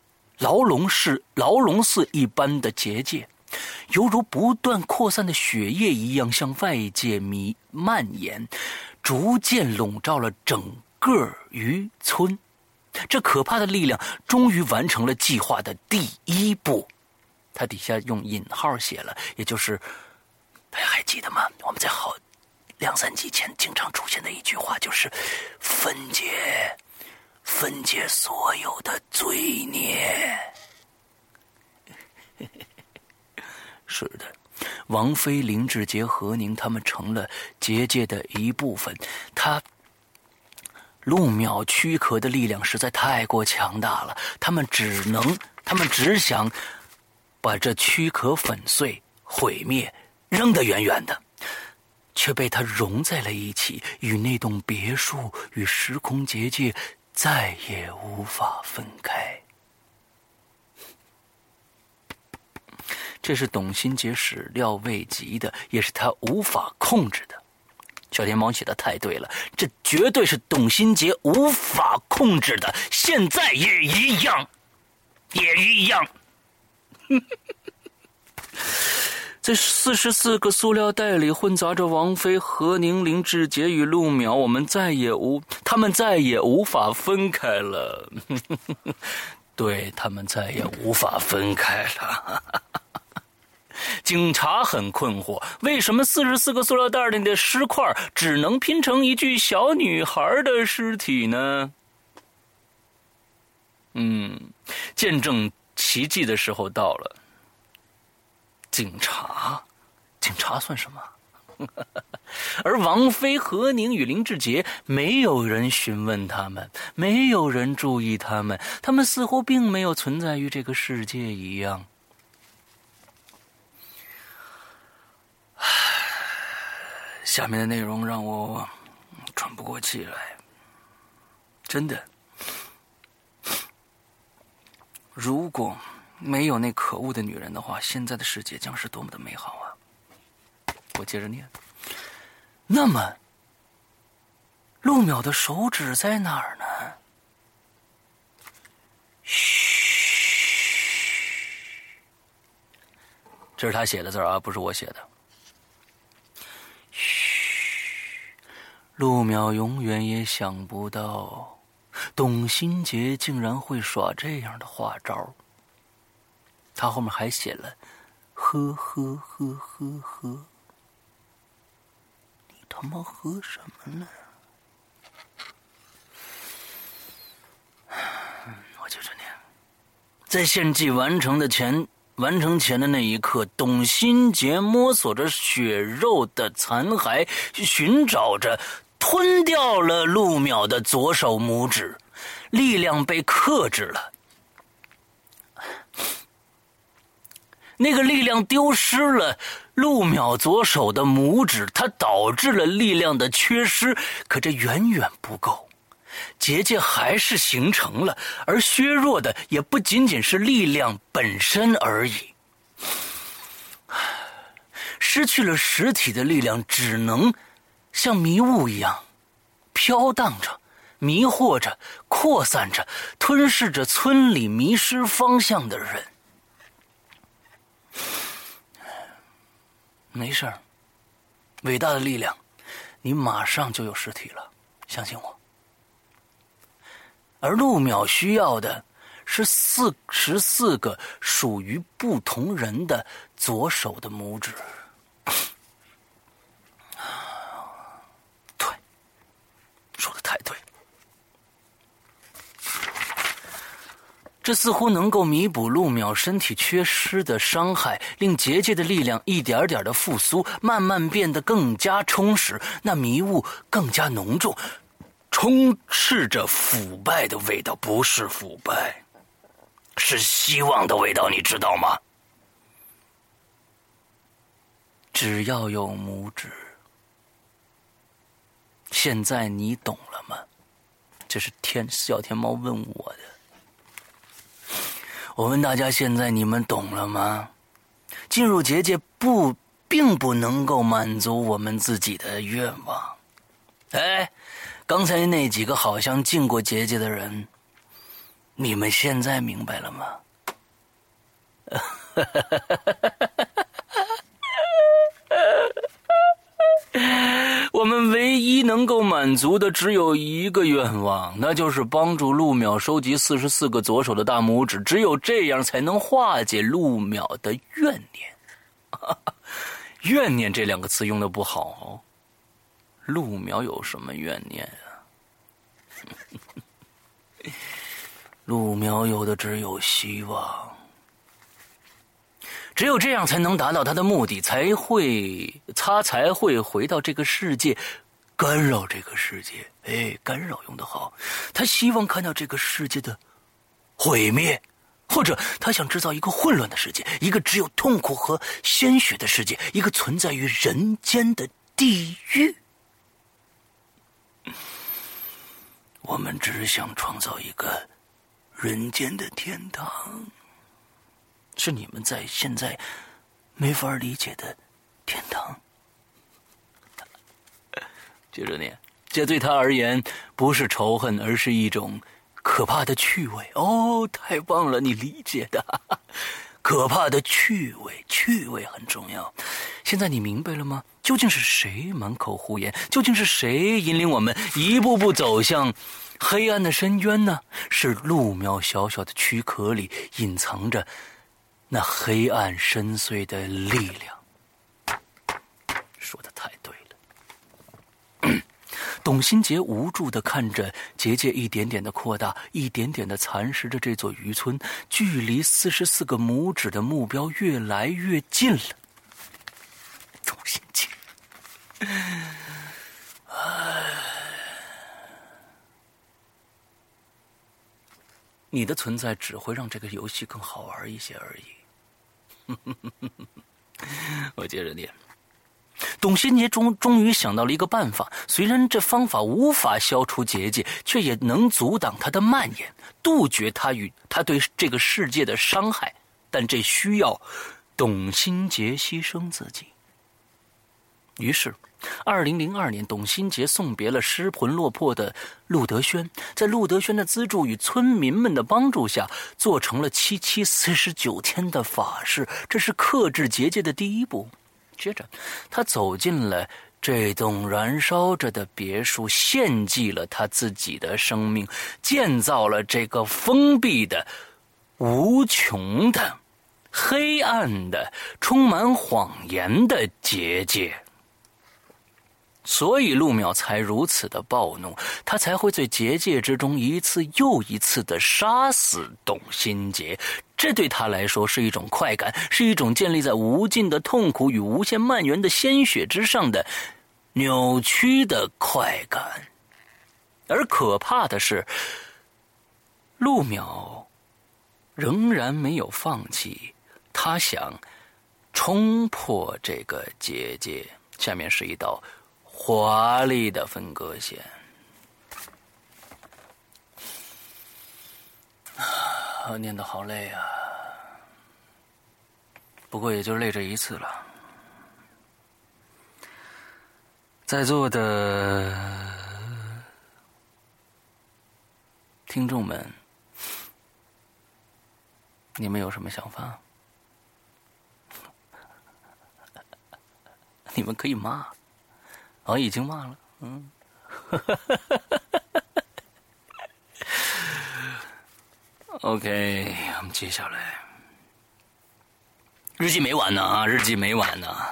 寺一般的结界，犹如不断扩散的血液一样向外界蔓延，逐渐笼罩了整个渔村。这可怕的力量终于完成了计划的第1步。他底下用引号写了，也就是大家还记得吗？我们在好2-3集前经常出现的一句话，就是分解所有的罪孽。是的，王菲、林志杰、何宁他们成了结界的一部分。陆淼躯壳的力量实在太过强大了，他们只想把这躯壳粉碎、毁灭，扔得远远的，却被它融在了一起，与那栋别墅与时空结界再也无法分开。这是董新杰始料未及的，也是他无法控制的。小天猫写的太对了，这绝对是董新杰无法控制的，现在也一样。在44个塑料袋里混杂着王菲、何宁、林志杰与陆淼，他们再也无法分开了。对，他们再也无法分开了。警察很困惑，为什么44个塑料袋里的尸块只能拼成一具小女孩的尸体呢？见证奇迹的时候到了。警察算什么？而王菲、何宁与林志杰，没有人询问他们，没有人注意他们，他们似乎并没有存在于这个世界一样。下面的内容让我喘不过气来，真的。如果没有那可恶的女人的话，现在的世界将是多么的美好啊！我接着念。那么，陆淼的手指在哪儿呢？ 这是他写的字啊，不是我写的。嘘，陆淼永远也想不到，董新杰竟然会耍这样的花招。他后面还写了呵呵呵呵呵，你他妈喝什么呢？我接着念。在献祭完成前的那一刻，董新杰摸索着血肉的残骸，寻找着吞掉了陆淼的左手拇指，力量被克制了。那个力量丢失了陆淼左手的拇指，它导致了力量的缺失，可这远远不够。结界还是形成了，而削弱的也不仅仅是力量本身而已。失去了实体的力量，只能像迷雾一样飘荡着，迷惑着，扩散着，吞噬着村里迷失方向的人。没事儿，伟大的力量，你马上就有实体了，相信我。而陆淼需要的是44个属于不同人的左手的拇指。对，说得太对了。这似乎能够弥补陆淼身体缺失的伤害，令结界的力量一点点的复苏，慢慢变得更加充实，那迷雾更加浓重，充斥着腐败的味道。不是腐败，是希望的味道，你知道吗？只要有拇指。现在你懂了吗？这是小天猫问我的。我问大家，现在你们懂了吗？进入结界并不能够满足我们自己的愿望。哎，刚才那几个好像进过结界的人，你们现在明白了吗？我们唯一能够满足的只有一个愿望，那就是帮助陆淼收集44个左手的大拇指，只有这样才能化解陆淼的怨念。怨念这两个词用的不好哦，陆淼有什么怨念啊？陆淼有的只有希望。只有这样才能达到他的目的，他才会回到这个世界，干扰这个世界。哎，干扰用得好。他希望看到这个世界的毁灭，或者他想制造一个混乱的世界，一个只有痛苦和鲜血的世界，一个存在于人间的地狱。我们只想创造一个人间的天堂，是你们现在没法理解的天堂。接着念，这对他而言不是仇恨，而是一种可怕的趣味。哦，太棒了，你理解的。可怕的趣味，趣味很重要。现在你明白了吗？究竟是谁满口胡言？究竟是谁引领我们一步步走向黑暗的深渊呢？是陆淼小小的躯壳里隐藏着那黑暗深邃的力量。说得太对了。董新杰无助地看着结界一点点的扩大，一点点地蚕食着这座渔村，距离44个拇指的目标越来越近了。董新杰，你的存在只会让这个游戏更好玩一些而已。我接着念。董新杰终于想到了一个办法，虽然这方法无法消除结界，却也能阻挡它的蔓延，杜绝它对这个世界的伤害，但这需要董新杰牺牲自己。于是 2002年，董新杰送别了失魂落魄的陆德轩，在陆德轩的资助与村民们的帮助下，做成了749天的法事，这是克制结界的第一步。接着，他走进了这栋燃烧着的别墅，献祭了他自己的生命，建造了这个封闭的、无穷的、黑暗的、充满谎言的结界。所以陆淼才如此的暴怒，他才会在结界之中一次又一次的杀死董新杰。这对他来说是一种快感，是一种建立在无尽的痛苦与无限蔓延的鲜血之上的扭曲的快感。而可怕的是，陆淼仍然没有放弃，他想冲破这个结界。下面是一道华丽的分割线。念得好累啊，不过也就累这一次了。在座的听众们，你们有什么想法？你们可以骂，已经骂了，OK， 我们接下来，日记没完呢日记没完呢。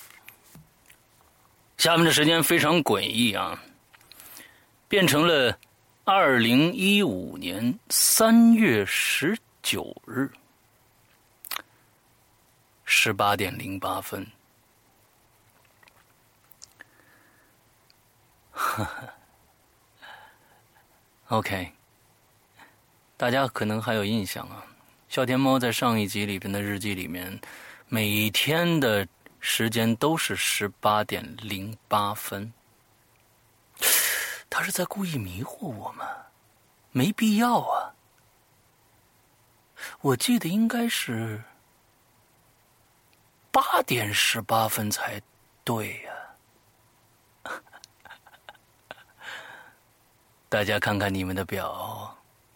下面的时间非常诡异啊，变成了2015年3月19日18点08分。OK， 大家可能还有印象啊，笑天猫在上一集里边的日记里面，每天的时间都是18点08分。他是在故意迷惑我吗？没必要啊，我记得应该是8点18分才对呀。大家看看你们的表，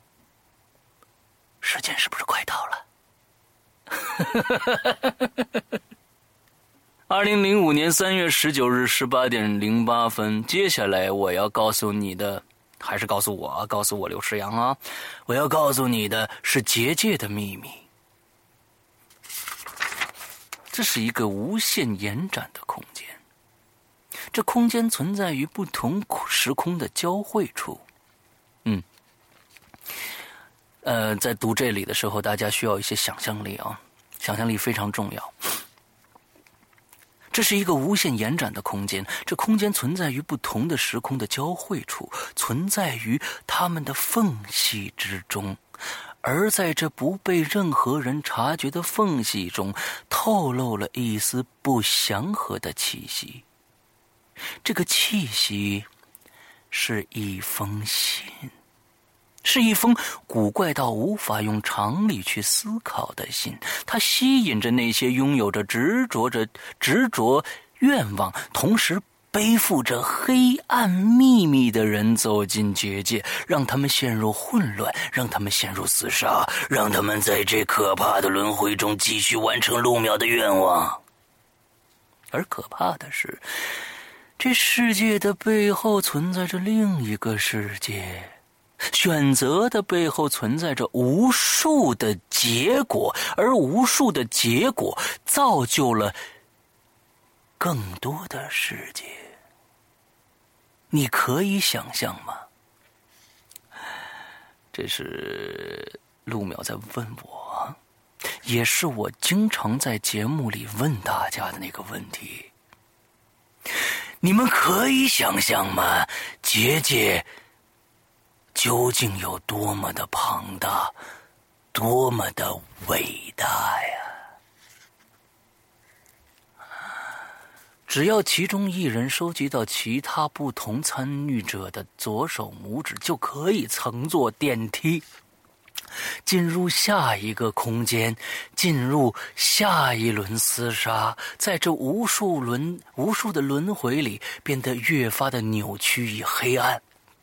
时间是不是快到了？2005年3月19日18点08分。接下来我要告诉你的，还是告诉我刘世阳啊，我要告诉你的是结界的秘密。这是一个无限延展的空间，这空间存在于不同时空的交汇处。在读这里的时候，大家需要一些想象力啊，想象力非常重要。这是一个无限延展的空间，这空间存在于不同的时空的交汇处，存在于它们的缝隙之中，而在这不被任何人察觉的缝隙中，透露了一丝不祥和的气息。这个气息是一封信，是一封古怪到无法用常理去思考的信，它吸引着那些拥有着执着愿望，同时背负着黑暗秘密的人走进结界，让他们陷入混乱，让他们陷入厮杀，让他们在这可怕的轮回中继续完成陆淼的愿望。而可怕的是，这世界的背后存在着另一个世界，选择的背后存在着无数的结果，而无数的结果造就了更多的世界。你可以想象吗？这是陆淼在问我，也是我经常在节目里问大家的那个问题。你们可以想象吗？结界究竟有多么的庞大，多么的伟大呀！只要其中一人收集到其他不同参与者的左手拇指，就可以乘坐电梯进入下一个空间，进入下一轮厮杀，在这无数的轮回里，变得越发的扭曲与黑暗。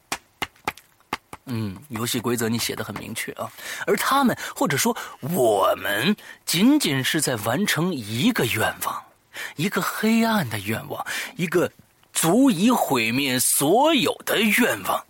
游戏规则你写得很明确啊，而他们或者说我们仅仅是在完成一个愿望，一个黑暗的愿望，一个足以毁灭所有的愿望。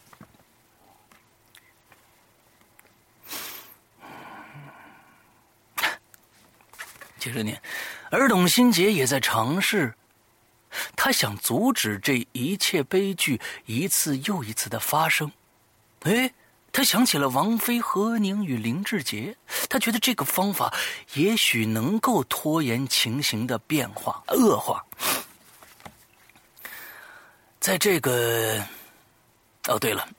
接着念，而董新杰也在尝试，他想阻止这一切悲剧一次又一次的发生。他想起了王菲、何宁与林志杰，他觉得这个方法也许能够拖延情形的恶化。在这个对了，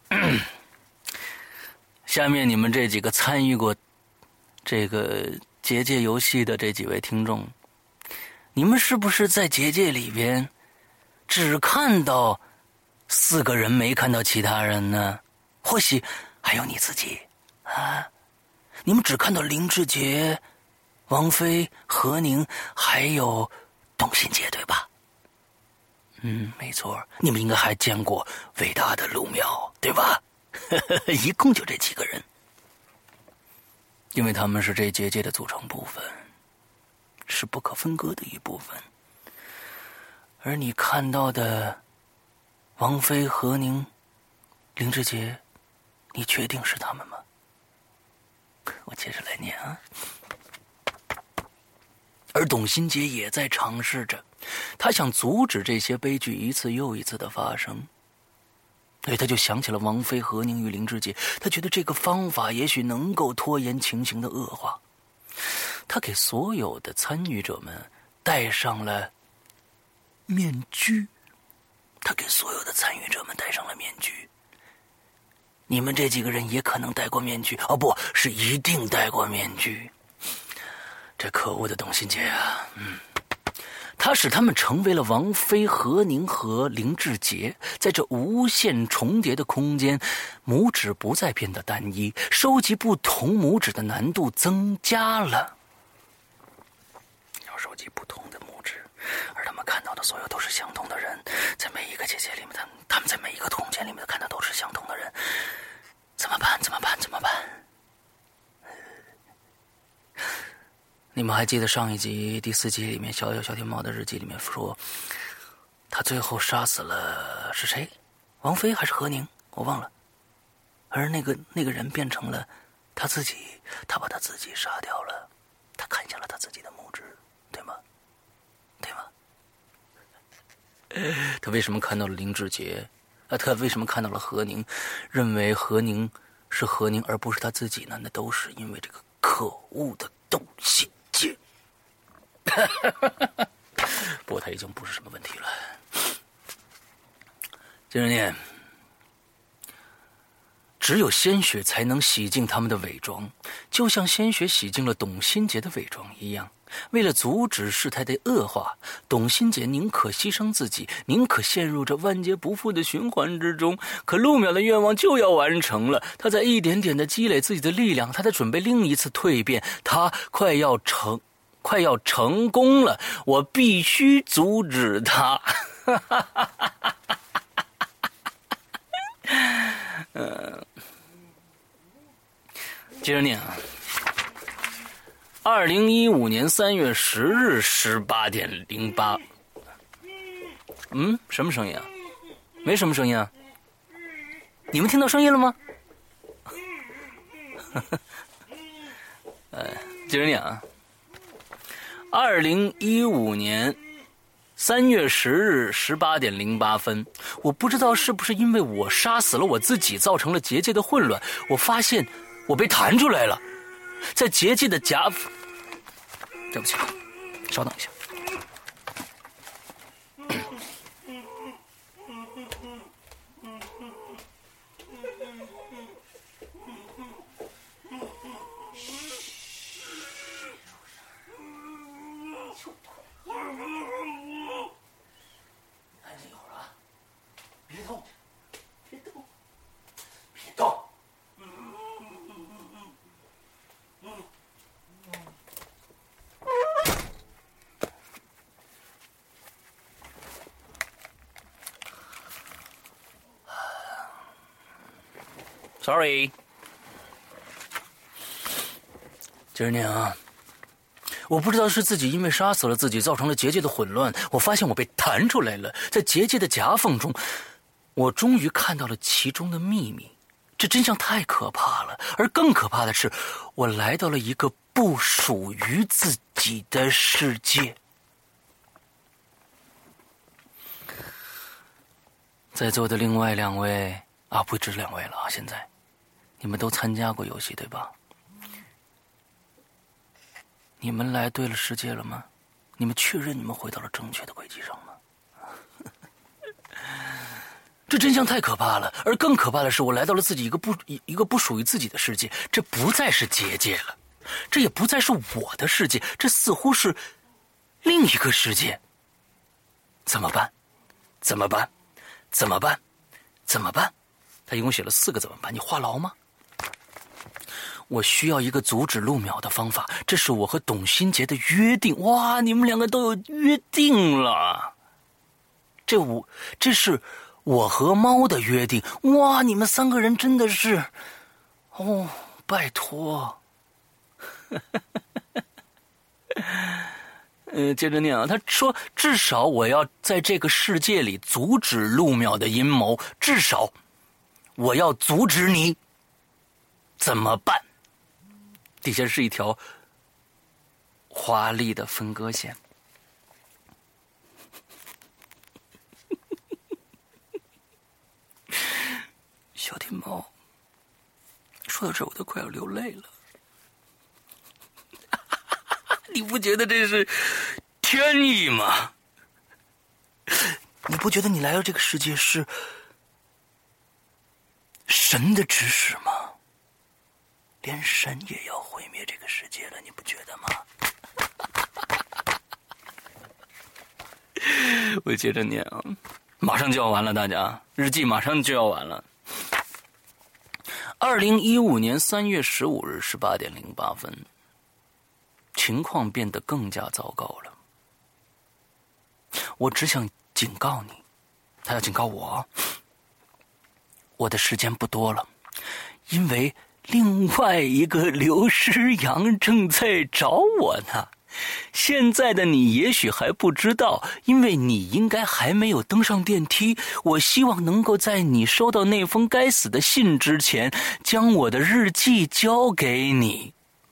下面你们这几个参与过这个结界游戏的这几位听众，你们是不是在结界里边只看到4个人，没看到其他人呢？或许还有你自己啊！你们只看到林志杰、王菲、何宁，还有董新杰，对吧？没错，你们应该还见过伟大的陆淼，对吧？一共就这几个人，因为他们是这结界的组成部分，是不可分割的一部分。而你看到的王菲、何宁、林志杰，你确定是他们吗？我接着来念啊。而董新杰也在尝试着，他想阻止这些悲剧一次又一次的发生。所以他就想起了王菲、何宁与林志杰，他觉得这个方法也许能够拖延情形的恶化。他给所有的参与者们戴上了面具，你们这几个人也可能戴过面具，不是一定戴过面具。这可恶的董新杰啊，他使他们成为了王菲、何宁和林志杰。在这无限重叠的空间，拇指不再变得单一，收集不同拇指的难度增加了。要收集不同的拇指，而他们看到的所有都是相同的人，在每一个结界里面，他们在每一个空间里面看到都是相同的人。怎么办？你们还记得上一集第4集里面小天猫的日记里面说，他最后杀死了是谁？王菲还是何宁？我忘了。而那个人变成了他自己，他把他自己杀掉了，他砍下了他自己的拇指，对吗？他为什么看到了林志杰？他为什么看到了何宁？认为何宁是何宁而不是他自己呢？那都是因为这个可恶的董新杰。不过他已经不是什么问题了。接着念，只有鲜血才能洗净他们的伪装，就像鲜血洗净了董新杰的伪装一样。为了阻止事态的恶化，董新杰宁可牺牲自己，宁可陷入这万劫不复的循环之中。可陆淼的愿望就要完成了，他在一点点的积累自己的力量，他在准备另一次蜕变，他快要成功了，我必须阻止他。接着念啊。2015年3月10日18点08。什么声音啊？没什么声音啊。你们听到声音了吗？接着念啊。2015年3月10日18点08分，我不知道是不是因为我杀死了我自己造成了结界的混乱，我发现我被弹出来了，在结界的夹，对不起，稍等一下。安静一会儿啊，别动，别动，别动。 ，sorry。接着念啊，我不知道是自己因为杀死了自己造成了结界的混乱，我发现我被弹出来了，在结界的夹缝中，我终于看到了其中的秘密。这真相太可怕了，而更可怕的是，我来到了一个不属于自己的世界。在座的另外2位啊，不止2位了啊，现在你们都参加过游戏对吧？你们来对了世界了吗？你们确认你们回到了正确的轨迹上吗？这真相太可怕了，而更可怕的是，我来到了自己一个不属于自己的世界，这不再是结界了，这也不再是我的世界，这似乎是另一个世界。怎么办？怎么办？怎么办？怎么办？他一共写了4个怎么办，你话痨吗？我需要一个阻止陆淼的方法，这是我和董新杰的约定。哇，你们2个都有约定了，这是我和猫的约定。哇，你们3个人真的是，哦，拜托。接着念啊，他说至少我要在这个世界里阻止陆淼的阴谋，至少我要阻止你。怎么办？底下是一条华丽的分割线。小天猫，说到这儿我都快要流泪了。你不觉得这是天意吗？你不觉得你来到这个世界是神的指使吗？连神也要毁灭这个世界了，你不觉得吗？我接着念啊，马上就要完了，大家日记马上就要完了。2015年3月15日18点08分，情况变得更加糟糕了。我只想警告你，他要警告我，我的时间不多了，因为另外一个刘诗阳正在找我呢。现在的你也许还不知道，因为你应该还没有登上电梯。我希望能够在你收到那封该死的信之前，将我的日记交给你。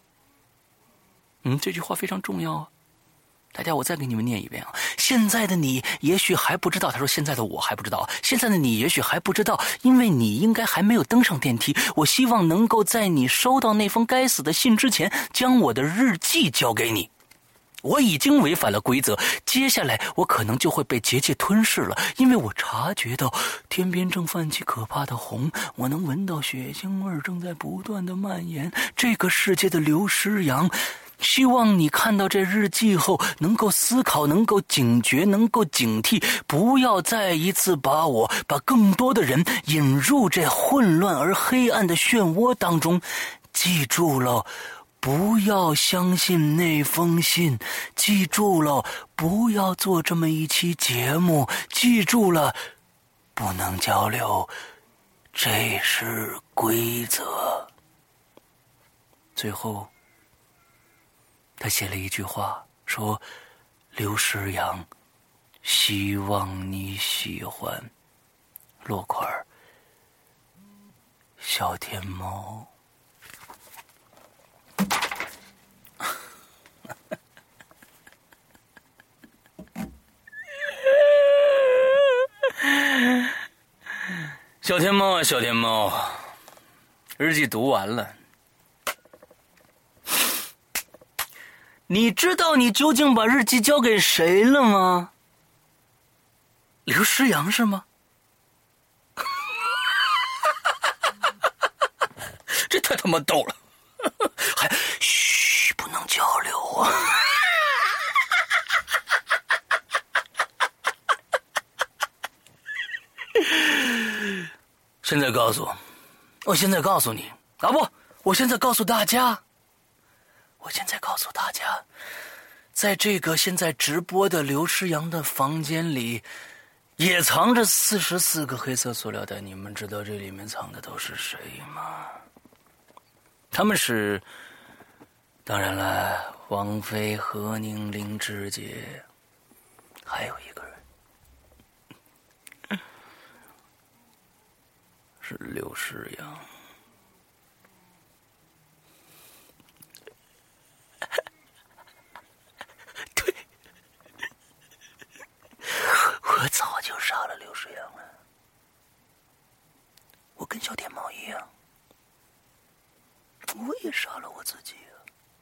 这句话非常重要啊。大家，我再给你们念一遍啊！现在的你也许还不知道，他说现在的我还不知道，现在的你也许还不知道，因为你应该还没有登上电梯。我希望能够在你收到那封该死的信之前，将我的日记交给你。我已经违反了规则，接下来我可能就会被结界吞噬了，因为我察觉到天边正泛起可怕的红，我能闻到血腥味正在不断的蔓延。这个世界的刘诗阳，希望你看到这日记后能够思考，能够警觉，能够警惕，不要再一次把更多的人引入这混乱而黑暗的漩涡当中。记住了，不要相信那封信，记住了，不要做这么一期节目，记住了，不能交流，这是规则。最后他写了一句话，说刘诗阳，希望你喜欢，落款小天猫。小天猫啊，小天猫，日记读完了，你知道你究竟把日记交给谁了吗？刘诗阳是吗？这太他妈逗了，还嘘，不能交流啊。现在告诉我现在告诉你啊，不，我现在告诉大家，在这个现在直播的刘诗阳的房间里， 也藏着44个黑色塑料袋，你们知道这里面藏的都是谁吗？他们是，当然了，王菲、何宁、林志杰，还有一个人是刘诗阳。对，我早就杀了刘诗阳了。我跟小天猫一样，我也杀了我自己啊。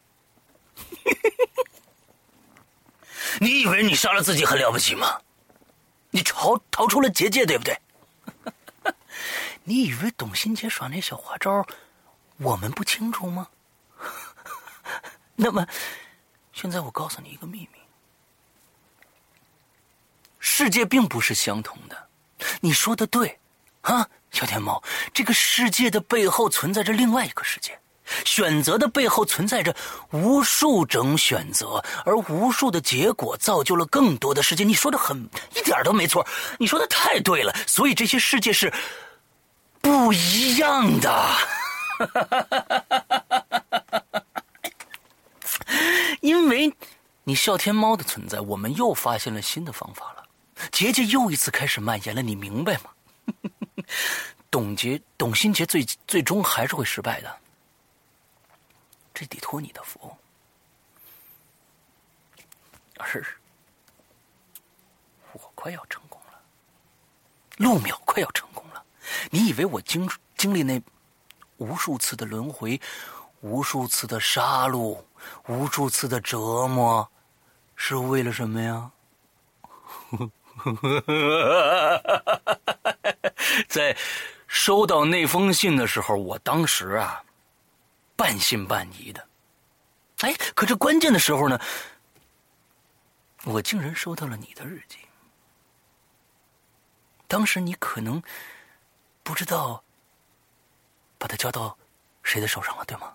你以为你杀了自己很了不起吗？你逃出了结界，对不对？你以为董欣杰耍那小花招我们不清楚吗？那么现在我告诉你一个秘密，世界并不是相同的。你说的对啊，小天猫，这个世界的背后存在着另外一个世界，选择的背后存在着无数种选择，而无数的结果造就了更多的世界。你说的一点都没错，你说的太对了，所以这些世界是不一样的。因为你笑天猫的存在，我们又发现了新的方法了，结界又一次开始蔓延了，你明白吗？董欣杰最终还是会失败的，这得托你的福。而我快要成功了，陆淼快要成功了。你以为我经历那无数次的轮回，无数次的杀戮，无数次的折磨，是为了什么呀？在收到那封信的时候，我当时啊半信半疑的。哎，可这关键的时候呢，我竟然收到了你的日记。当时你可能不知道把它交到谁的手上了，对吗？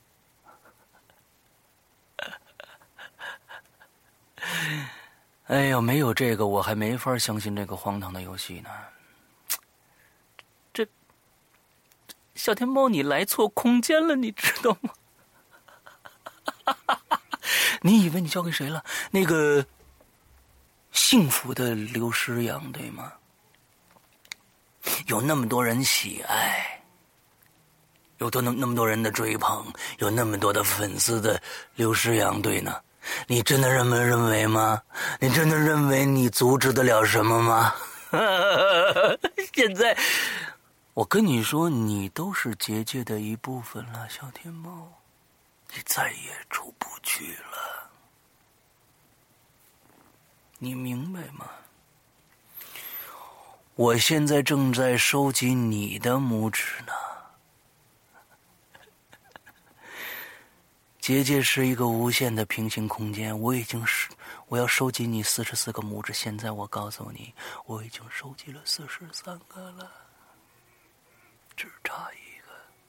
哎呦，没有这个我还没法相信这个荒唐的游戏呢。这小天猫你来错空间了，你知道吗？你以为你交给谁了？那个幸福的刘诗阳，对吗？有那么多人喜爱，有那么多人的追捧，有那么多的粉丝的刘诗阳，对呢？你真的认为吗？你真的认为你阻止得了什么吗？现在我跟你说，你都是结界的一部分了，小天猫，你再也出不去了，你明白吗？我现在正在收集你的拇指呢。结界是一个无限的平行空间，我要收集你44个拇指，现在我告诉你，我已经收集了43个了，只差一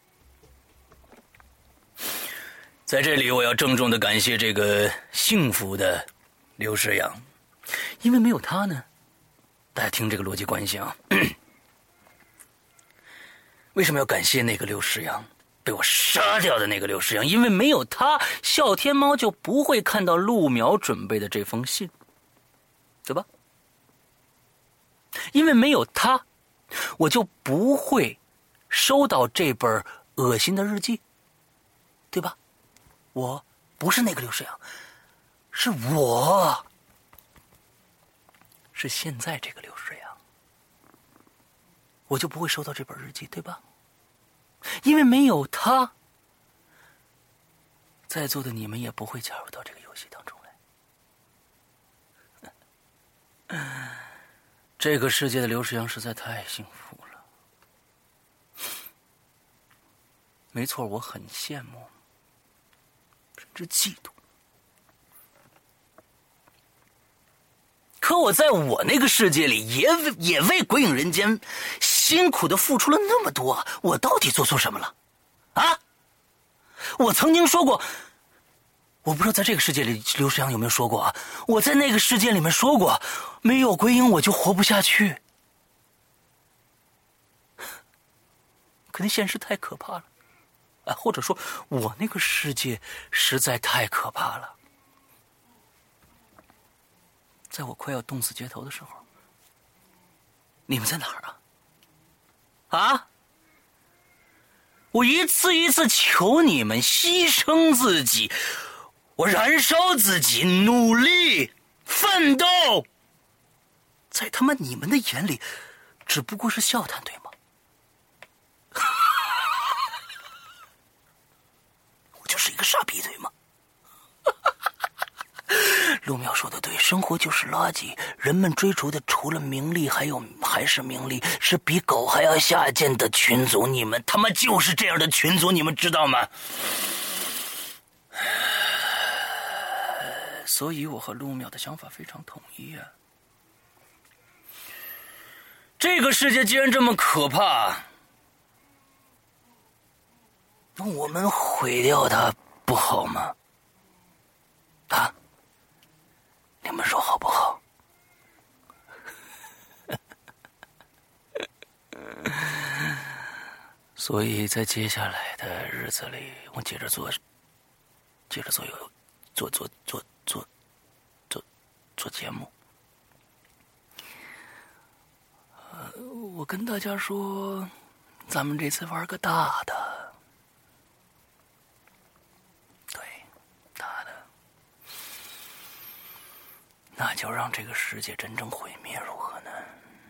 个。在这里我要郑重的感谢这个幸福的刘诗阳，因为没有他呢，大家听这个逻辑关系啊，为什么要感谢那个刘诗阳？被我杀掉的那个刘诗阳，因为没有他，笑天猫就不会看到陆淼准备的这封信，对吧？因为没有他，我就不会收到这本恶心的日记，对吧？我不是那个刘诗阳，是我，是现在这个刘诗阳，我就不会收到这本日记，对吧？因为没有他，在座的你们也不会加入到这个游戏当中来。这个世界的刘诗阳实在太幸福了，没错，我很羡慕，甚至嫉妒。可我在我那个世界里也为鬼影人间辛苦的付出了那么多，我到底做错什么了？啊？我曾经说过， 我不知道在这个世界里刘世阳有没有说过啊，我在那个世界里面说过，没有鬼影我就活不下去。可能现实太可怕了啊，或者说我那个世界实在太可怕了。在我快要冻死街头的时候，你们在哪儿啊？啊？我一次一次求你们牺牲自己，我燃烧自己，努力奋斗，在他妈你们的眼里只不过是笑谈，对吗？我就是一个傻逼，对吗？陆淼说的对，生活就是垃圾，人们追逐的除了名利还是名利，是比狗还要下贱的群族，你们他妈就是这样的群族，你们知道吗？所以我和陆淼的想法非常统一啊。这个世界既然这么可怕，那我们毁掉它不好吗？啊？你们说好不好？所以在接下来的日子里，我接着做节目。我跟大家说，咱们这次玩个大的，对，大的，那就让这个世界真正毁灭，如何呢？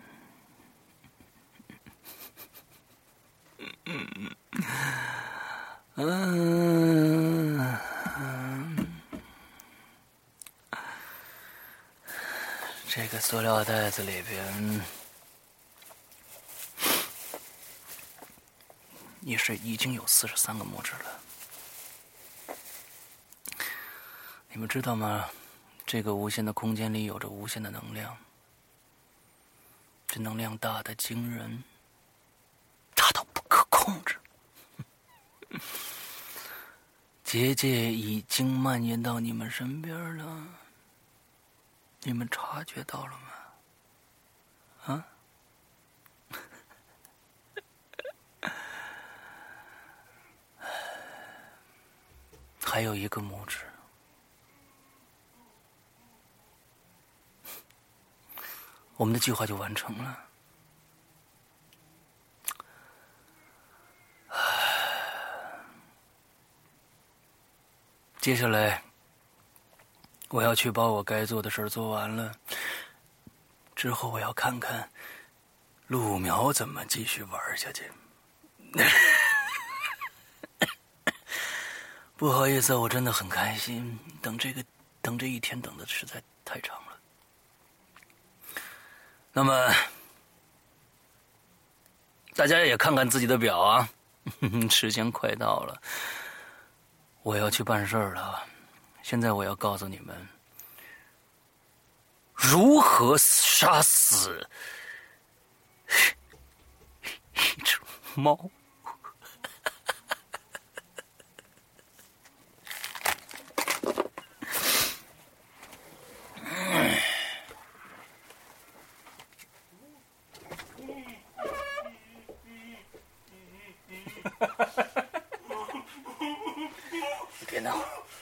这个塑料袋子里边，已经有43个拇指了。你们知道吗？这个无限的空间里有着无限的能量，这能量大得惊人，大到不可控制。结界已经蔓延到你们身边了，你们察觉到了吗？啊？还有一个拇指，我们的计划就完成了。接下来我要去把我该做的事做完了，之后我要看看陆苗怎么继续玩下去。不好意思，我真的很开心，等这一天等的实在太长了。那么大家也看看自己的表啊，时间快到了，我要去办事了。现在我要告诉你们如何杀死一只猫。别闹！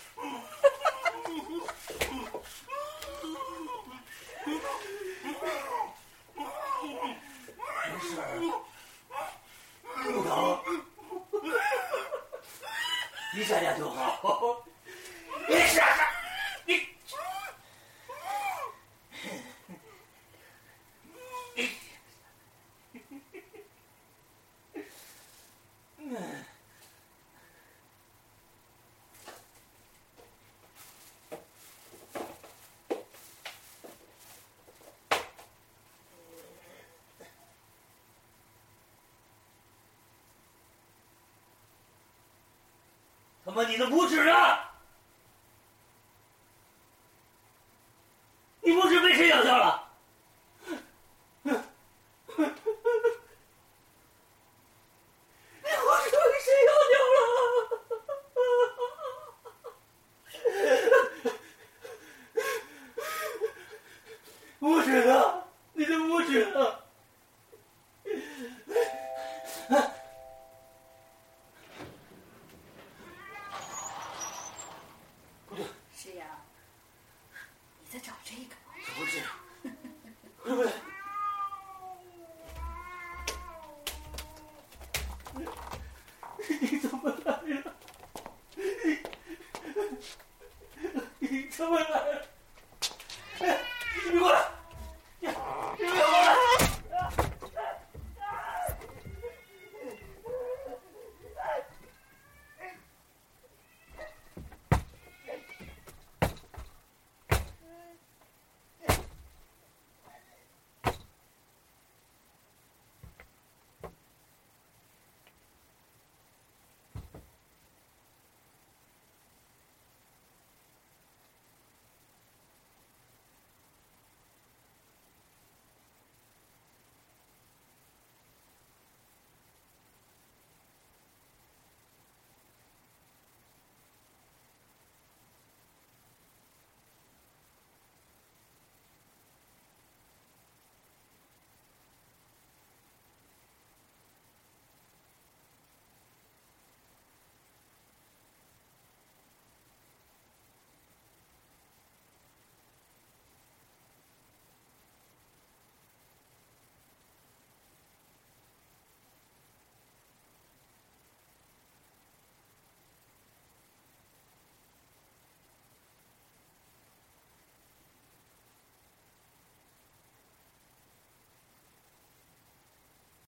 没事，不疼，一下下就好。你傻傻，你。他妈，你的拇指呢？